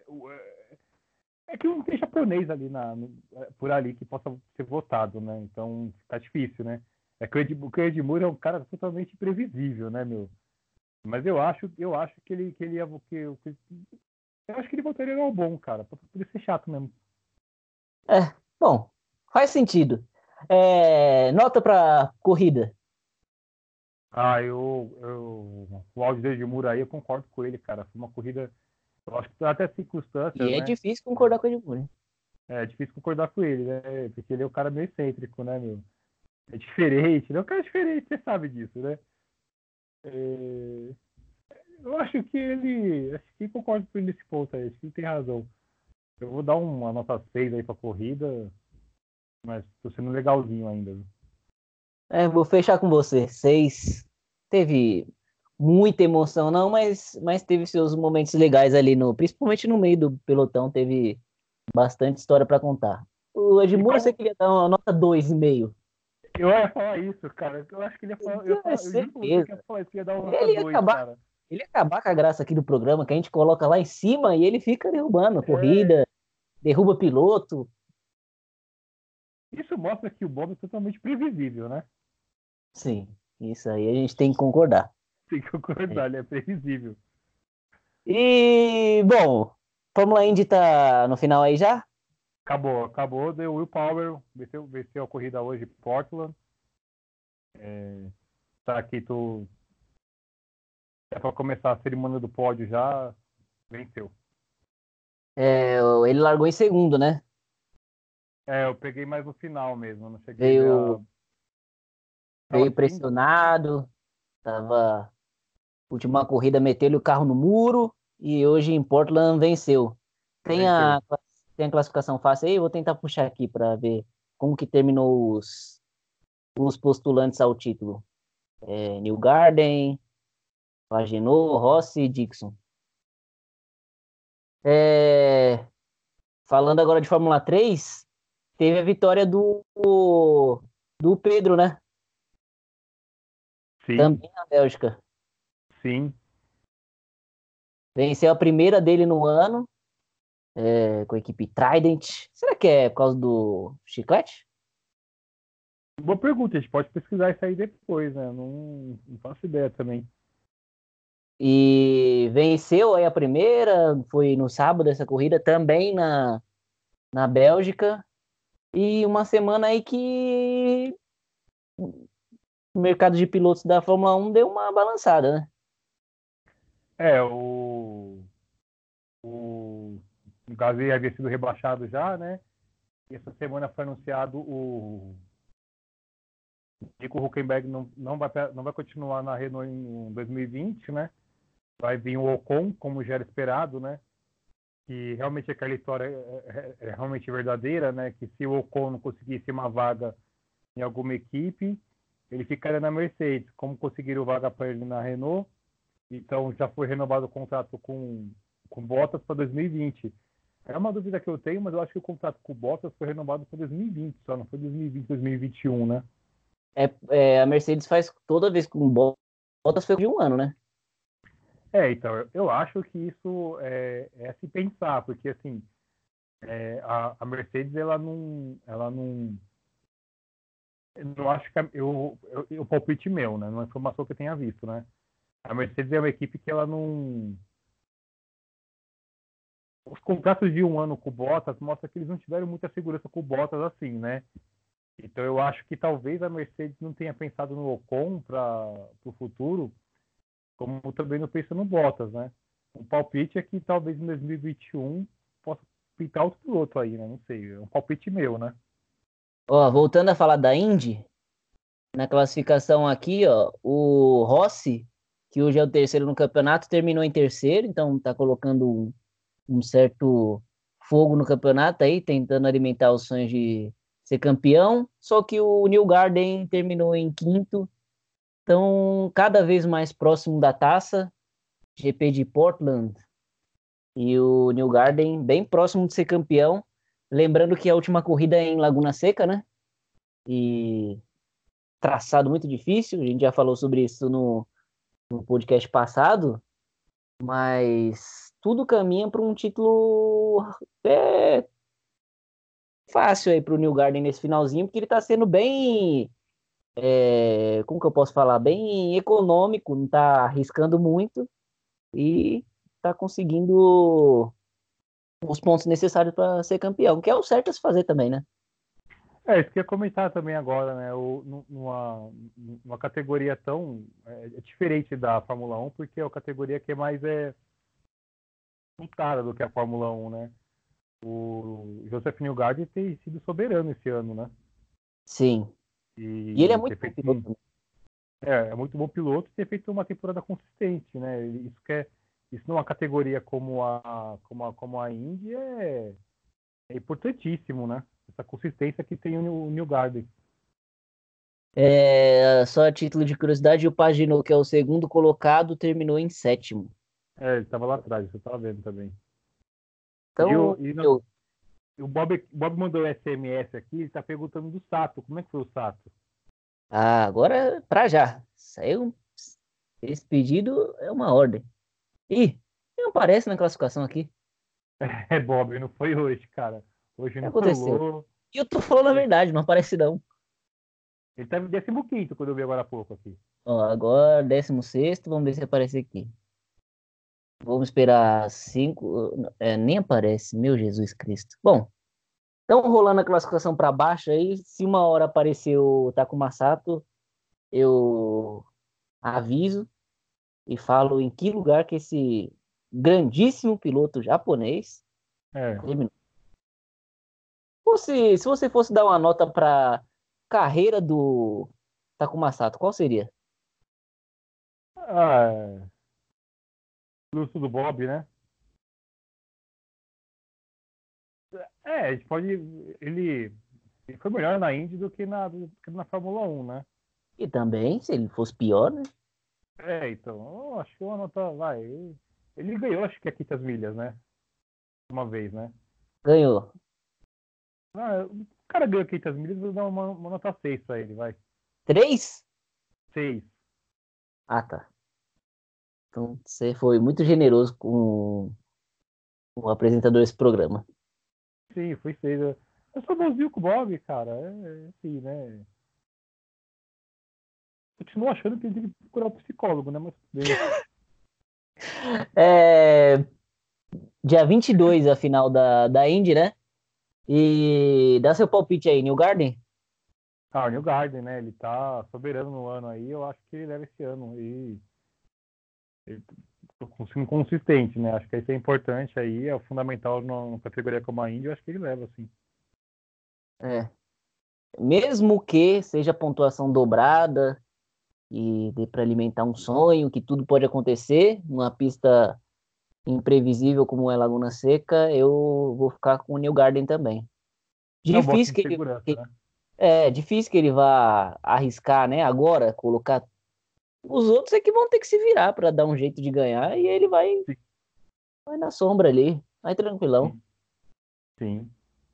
É que não tem japonês ali por ali que possa ser votado, né? Então tá difícil, né? É que o Edmur é um cara totalmente imprevisível, né, meu? Mas eu acho que ele ia. Eu acho que ele votaria no Albon, cara. Pra poder ser chato mesmo. Bom, faz sentido. Nota para corrida. O áudio de Edmur aí, eu concordo com ele, cara. Foi uma corrida. Eu acho que até circunstâncias, E é né? difícil concordar com o Edmur, né? É difícil concordar com ele, né? Porque ele é um cara meio excêntrico, né, meu? É diferente, ele é um cara diferente, você sabe disso, né? Eu acho que concordo com ele nesse ponto aí, acho que ele tem razão. Eu vou dar uma nota 6 aí pra corrida, mas tô sendo legalzinho ainda. Vou fechar com você. 6. Teve muita emoção, não, mas teve seus momentos legais ali, principalmente no meio do pelotão, teve bastante história para contar. O Edmur, você queria dar uma nota 2,5. Eu ia falar isso, cara. Eu acho que ele ia falar. Eu juro pra você que ia ia dar uma nota 2, cara. Ele ia acabar com a graça aqui do programa, que a gente coloca lá em cima e ele fica derrubando a corrida, derruba piloto. Isso mostra que o Bob é totalmente previsível, né? Sim, isso aí a gente tem que concordar. Tem que concordar, ele é previsível. E, bom, Fórmula Indy tá no final aí já? Acabou. Deu Will Power, venceu a corrida hoje em Portland. Tá aqui, é para começar a cerimônia do pódio já, venceu. Ele largou em segundo, né? Eu peguei mais no final mesmo, não cheguei Veio pressionado, última corrida meteu-lhe o carro no muro e hoje em Portland venceu. Tem a classificação fácil aí? Eu vou tentar puxar aqui para ver como que terminou os postulantes ao título. New Garden, Pagenaud, Rossi e Dixon. falando agora de Fórmula 3, teve a vitória do Pedro, né? Sim, Também na Bélgica. sim. Venceu a primeira dele no ano, com a equipe Trident. Será que é por causa do chiclete? Boa pergunta, a gente pode pesquisar isso aí depois, né? Não faço ideia também. E venceu aí a primeira, foi no sábado essa corrida, também na Bélgica. E uma semana aí que o mercado de pilotos da Fórmula 1 deu uma balançada, né? É, o Gasly havia sido rebaixado já, né? E essa semana foi anunciado o Nico Hülkenberg não vai continuar na Renault em 2020, né? Vai vir o Ocon, como já era esperado, né? Que realmente aquela história é realmente verdadeira, né? Que se o Ocon não conseguisse uma vaga em alguma equipe, ele ficaria na Mercedes. Como conseguiram vaga para ele na Renault, então já foi renovado o contrato com Bottas para 2020. É uma dúvida que eu tenho, mas eu acho que o contrato com o Bottas foi renovado para 2020, só não foi 2020, 2021, né? A Mercedes faz toda vez com Bottas foi de um ano, né? Então, eu acho que isso é se pensar, porque assim, a Mercedes, eu não acho que o palpite meu, né? Não é informação que eu tenha visto, né? A Mercedes é uma equipe que ela não. Os contratos de um ano com o Bottas mostram que eles não tiveram muita segurança com o Bottas assim, né? Então eu acho que talvez a Mercedes não tenha pensado no Ocon para o futuro, como também não pensa no Bottas, né? O palpite é que talvez em 2021 possa pintar outro piloto aí, né? Não sei, é um palpite meu, né? Ó, voltando a falar da Indy, na classificação aqui, ó, o Rossi, que hoje é o terceiro no campeonato, terminou em terceiro, então tá colocando um certo fogo no campeonato aí, tentando alimentar os sonhos de ser campeão. Só que o New Garden terminou em quinto, então cada vez mais próximo da taça, GP de Portland, e o New Garden bem próximo de ser campeão. Lembrando que a última corrida é em Laguna Seca, né? E traçado muito difícil, a gente já falou sobre isso no podcast passado, mas tudo caminha para um título fácil aí para o New Garden nesse finalzinho, porque ele está sendo bem, como que eu posso falar, bem econômico, não está arriscando muito e está conseguindo os pontos necessários para ser campeão, que é o certo a se fazer também, né? Isso que eu ia comentar também agora, né? Numa categoria tão diferente da Fórmula 1, porque é a categoria que mais disputada do que a Fórmula 1, né? O Joseph Newgarden tem sido soberano esse ano, né? Sim. E ele é E muito ter bom feito piloto. é muito bom piloto e ter feito uma temporada consistente, né? Isso numa categoria como a Indy é importantíssimo, né? Essa consistência que tem o Newgarden. Só a título de curiosidade, o Paginot, que é o segundo colocado, terminou em sétimo. Ele estava lá atrás, você estava vendo também. E Então, o, e no- o Bob mandou um SMS aqui, ele está perguntando do Sato. Como é que foi o Sato? agora pra já. Saiu. Esse pedido é uma ordem. Ih, não aparece na classificação aqui. Bob, não foi hoje, cara. O Hoje que não aconteceu? rolou. E eu tô falando a verdade, não aparece não. Ele estava em 15º quando eu vi agora há pouco aqui. Ó, agora 16º, vamos ver se aparece aqui. Vamos esperar 5. Nem aparece, meu Jesus Cristo. Bom, então rolando a classificação para baixo aí, se uma hora aparecer o Takuma Sato, eu aviso e falo em que lugar que esse grandíssimo piloto japonês É. terminou. Se você fosse dar uma nota para carreira do Takuma Sato, qual seria? Ah, Lúcio do Bob, né? A gente pode. Ele foi melhor na Indy do que na Fórmula 1, né? E também, se ele fosse pior, né? Então, eu acho que uma nota. Vai. Ele ganhou, acho que a 500 milhas, né? Uma vez, né? Ganhou. O cara ganhou 500 milhas, vou dar uma nota 6 pra ele, vai. 3? 6. Ah, tá. Então você foi muito generoso com o apresentador desse programa. Sim, foi 6. Eu sou bonzinho com o Bob, cara. É assim, né? Continuo achando que ele tem que procurar um psicólogo, né? Mas tudo bem. É, dia 22, a final da Indy, né? E dá seu palpite aí, New Garden? Ah, o New Garden, né? Ele tá soberano no ano aí. Eu acho que ele leva esse ano. E ele sendo consistente, né? Acho que isso é importante aí. É fundamental numa categoria como a Indy. Eu acho que ele leva, assim. É. Mesmo que seja pontuação dobrada e dê para alimentar um sonho, que tudo pode acontecer, numa pista imprevisível como é Laguna Seca, eu vou ficar com o New Garden também. Eu gosto Difícil de que ele, segurança, né? difícil que ele vá arriscar, né? Agora, colocar. Os outros é que vão ter que se virar para dar um jeito de ganhar e ele Sim, vai na sombra ali, vai tranquilão. sim. Sim.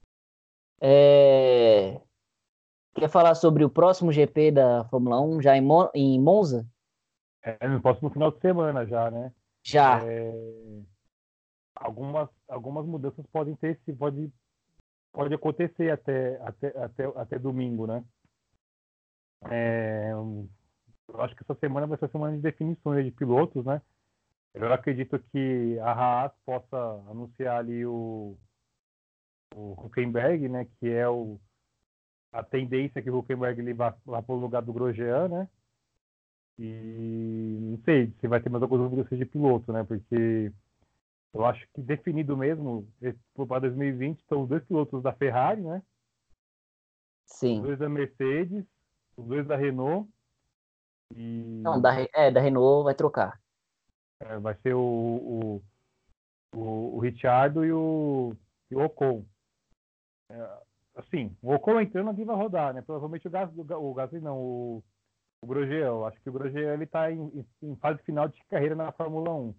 É, quer falar sobre o próximo GP da Fórmula 1 já em Monza? É no próximo final de semana já, né? Já. É, algumas mudanças podem ter, pode acontecer até domingo, né? Eu acho que essa semana vai ser a semana de definições de pilotos, né? Eu acredito que a Haas possa anunciar ali o Hülkenberg, né? Que é a tendência que o Hülkenberg ele vá lá para o lugar do Grosjean, né? E não sei se vai ter mais algumas mudanças de piloto, né? Porque eu acho que definido mesmo para 2020 estão os dois pilotos da Ferrari, né? Os Sim. dois da Mercedes, os dois da Renault Não, e da Renault vai trocar. vai ser o Ricciardo e o Ocon. Assim, o Ocon entrando aqui vai rodar, né? Provavelmente o Gasly não, o Grosjean. Acho que o Grosjean ele tá em fase final de carreira na Fórmula 1.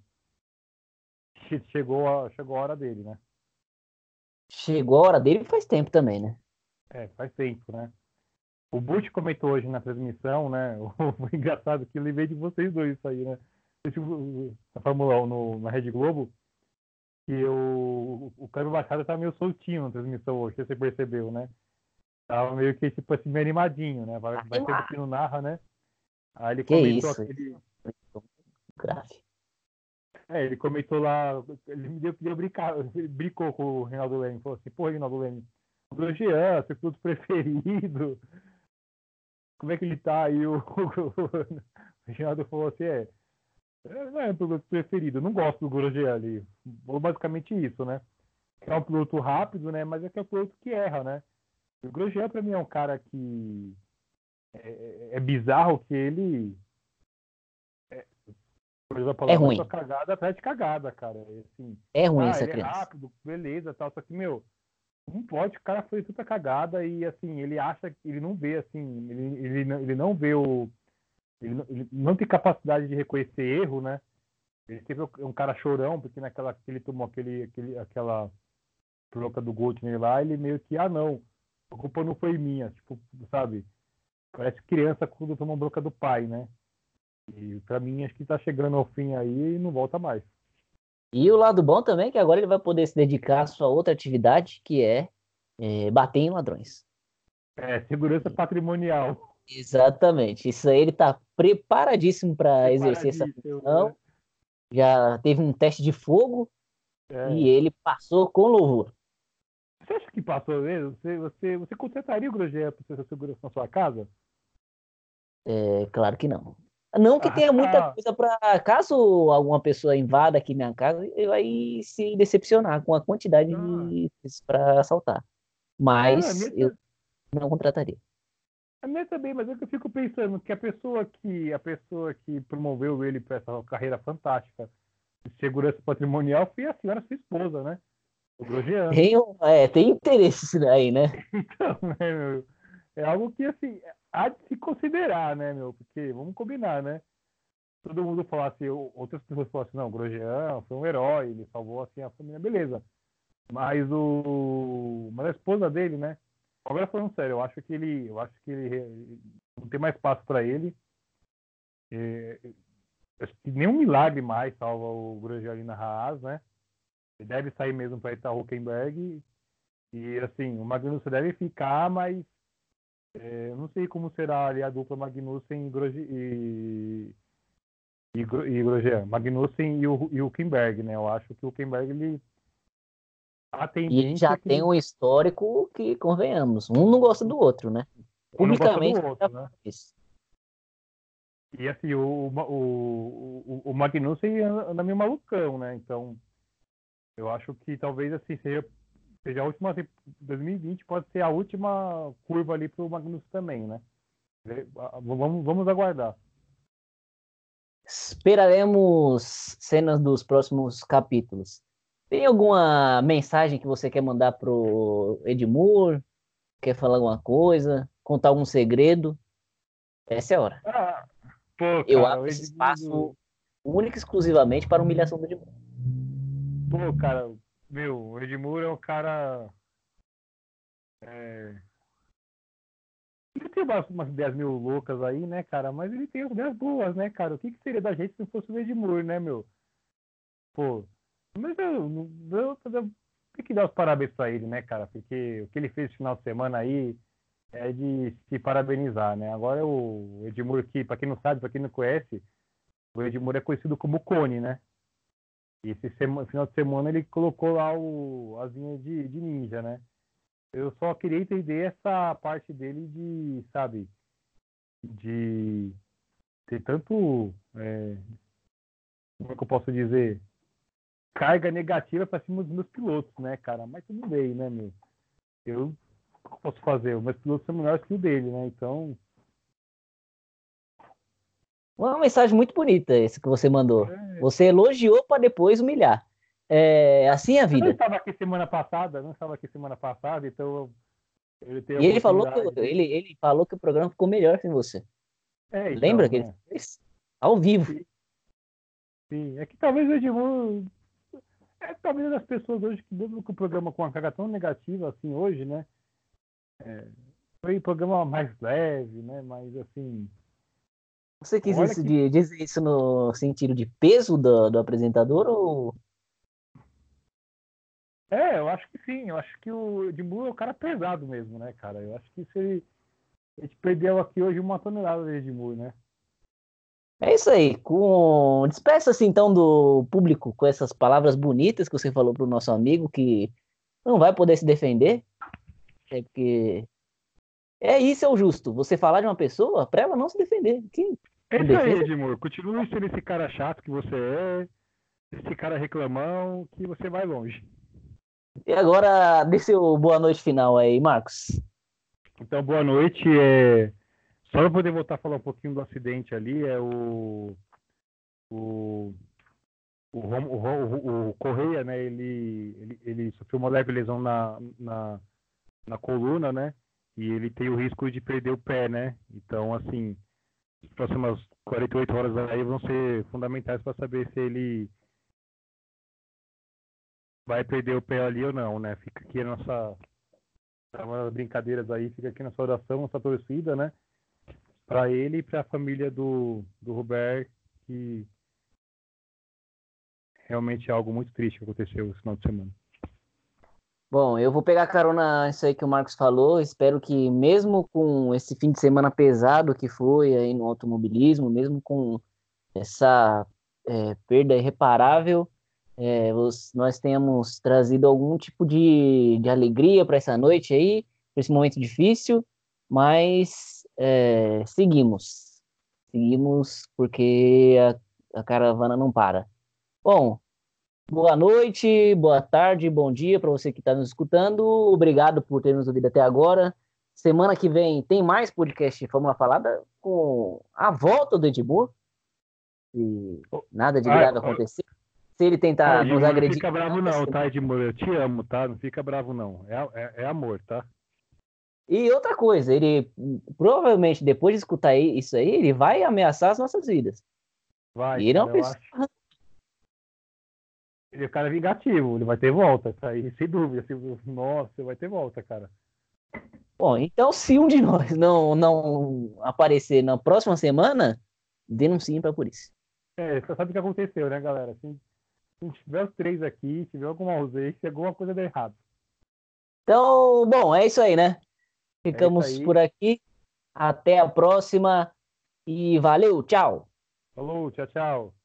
Chegou a hora dele, né? Chegou a hora dele faz tempo também, né? Faz tempo, né? O Butch comentou hoje na transmissão, né? O engraçado que eu lembrei de vocês dois isso aí, né? Na Fórmula 1 na Rede Globo, que o Câmbio Machado tá meio soltinho na transmissão hoje, você percebeu, né? Tava meio que tipo assim, meio animadinho, né? Vai sempre que não narra, né? Aí ele Que comentou isso? aquele. Grave. Ele comentou lá, ele me deu brincar, ele brincou com o Reinaldo Leme, falou assim, pô, Reinaldo Leme, o Grosjean, seu piloto preferido, como é que ele tá? Aí o Reinaldo falou assim, não é o piloto preferido, eu não gosto do Grosjean ali. Falou basicamente isso, né? É um piloto rápido, né? Mas é que é um piloto que erra, né? O Grosjean, pra mim, é um cara que é bizarro que ele, por exemplo, a É palavra, só ruim. cagada atrás de cagada, cara. Assim, É ruim essa ele é criança. rápido, beleza, tal, só que, meu, não pode, o cara foi tanta cagada e, assim, ele acha que ele não vê, assim, ele não vê ele não tem capacidade de reconhecer erro, né? Ele teve um cara chorão, porque naquela que ele tomou aquela troca do Gold nele lá, ele meio que, não, a culpa não foi minha, tipo, sabe? Parece criança quando toma bronca do pai, né? E pra mim, acho que tá chegando ao fim aí e não volta mais. E o lado bom também é que agora ele vai poder se dedicar à sua outra atividade, que bater em ladrões. Segurança patrimonial. Exatamente. Isso aí ele tá preparadíssimo para exercer essa Separadíssimo, né? função. Já teve um teste de fogo e É. ele passou com louvor. Você acha que passou mesmo? Você consertaria o Grosjean para ser segurança na sua casa? É claro que não. Não que tenha muita Ah, coisa para. Caso alguma pessoa invada aqui minha casa, ele vai se decepcionar com a quantidade ah. de para assaltar. Não, Mas eu não contrataria. a minha também, mas é que eu fico pensando que a pessoa que promoveu ele para essa carreira fantástica de segurança patrimonial foi a senhora sua esposa, né? O Grosjean. Tem interesse isso daí, né? Então, né, meu? É algo que, assim, há de se considerar, né, meu? Porque, vamos combinar, né? Todo mundo fala assim, outras pessoas falam assim, não, o Grosjean foi um herói, ele salvou, assim, a família, beleza. Mas a esposa dele, né? Agora falando sério, eu acho que ele não tem mais espaço para ele. Acho que nenhum milagre mais salva o Grosjean ali na Haas, né? Ele deve sair mesmo para ir para Hülkenberg. E assim, o Magnussen deve ficar, mas eu não sei como será ali a dupla Magnussen e Grosjean. Magnussen e o Hülkenberg, né? Eu acho que o Hülkenberg, a E ele tendência já é que tem ele um histórico que, convenhamos, um não gosta do outro, né? não gosta do Publicamente, já outro, né? falou isso. E assim, o Magnussen anda meio malucão, né? Então, eu acho que talvez assim seja a última. 2020 pode ser a última curva ali para o Magnussen também, né? Vamos aguardar. Esperaremos cenas dos próximos capítulos. Tem alguma mensagem que você quer mandar pro Edmur? Quer falar alguma coisa? Contar algum segredo? Essa é a hora. Ah, pô, Eu cara, abro o esse Edmundo. espaço único e exclusivamente para humilhação do Edmur. Pô, cara, meu, o Edmuro é um cara. Ele tem umas ideias meio loucas aí, né, cara? Mas ele tem as ideias boas, né, cara? O que seria da gente se não fosse o Edmur, né, meu? Pô, mas eu tenho que dar os parabéns pra ele, né, cara? Porque o que ele fez no final de semana aí é de se parabenizar, né? Agora o Edmur aqui, pra quem não sabe, pra quem não conhece, o Edmur é conhecido como Cone, né? E esse final de semana ele colocou lá o asinha de ninja, né? Eu só queria entender essa parte dele de, sabe, de ter tanto, como é que eu posso dizer, carga negativa pra cima dos meus pilotos, né, cara? Mas tudo bem, né, meu? O que eu posso fazer? Os meus pilotos são melhores que o dele, né? Então, Uma mensagem muito bonita essa que você mandou. é, Você elogiou para depois humilhar. É assim é a eu não vida. estava aqui semana passada, então ele tem a E ele falou que oportunidade. ele falou que o programa ficou melhor sem você. Lembra Então, que ele né? fez? Ao vivo. Sim, sim. É que talvez o Edmur. Talvez as pessoas hoje, que mesmo com o programa com uma carga tão negativa assim hoje, né? Foi um programa mais leve, né? Mas assim, Você quis olha isso que. dizer isso no sentido de peso do apresentador ou Eu acho que sim. Eu acho que o Edmur é o cara pesado mesmo, né, cara? Eu acho que se a gente perdeu aqui hoje 1 tonelada de Edmur, né? é isso aí? Despeça-se então do público com essas palavras bonitas que você falou para o nosso amigo que não vai poder se defender, porque isso é o justo. Você falar de uma pessoa para ela não se defender. Que É em isso aí, defesa. Edmur. Continue sendo esse cara chato que você esse cara reclamão, que você vai longe. E agora, dê seu boa noite final aí, Marcos. Então, boa noite. Só para poder voltar a falar um pouquinho do acidente ali, o, o Correia, né? Ele sofreu uma leve lesão na coluna, né? E ele tem o risco de perder o pé, né? Então, assim, as próximas 48 horas aí vão ser fundamentais para saber se ele vai perder o pé ali ou não, né? Fica aqui a nossa umas brincadeiras aí, fica aqui nossa oração, nossa torcida, né? Para ele e para a família do Robert, que realmente é algo muito triste que aconteceu esse final de semana. Bom, eu vou pegar carona nisso aí que o Marcos falou. Espero que, mesmo com esse fim de semana pesado que foi aí no automobilismo, mesmo com essa perda irreparável, nós tenhamos trazido algum tipo de alegria para essa noite aí, para esse momento difícil, mas seguimos. Seguimos porque a caravana não para. Bom, boa noite, boa tarde, bom dia para você que está nos escutando. Obrigado por ter nos ouvido até agora. Semana que vem tem mais podcast Fórmula Falada com a volta do Edmur. E nada de grave acontecer. Se ele tentar nos Edmur, não agredir fica bravo essa não, tá, semana. Edmur? Eu te amo, tá? Não fica bravo não. É amor, tá? E outra coisa, ele provavelmente depois de escutar isso aí, ele vai ameaçar as nossas vidas. Vai, E ele é uma cara, eu pessoa. acho. Ele é um cara vingativo, ele vai ter volta, tá aí, sem dúvida. Nossa, vai ter volta, cara. Bom, então se um de nós não aparecer na próxima semana, denunciem pra polícia. Você sabe o que aconteceu, né, galera? Se tiver os 3 aqui, tiver alguma ausência, alguma coisa deu errado. Então, bom, é isso aí, né? Ficamos aí. por aqui. Até a próxima e valeu, tchau! Falou, tchau, tchau.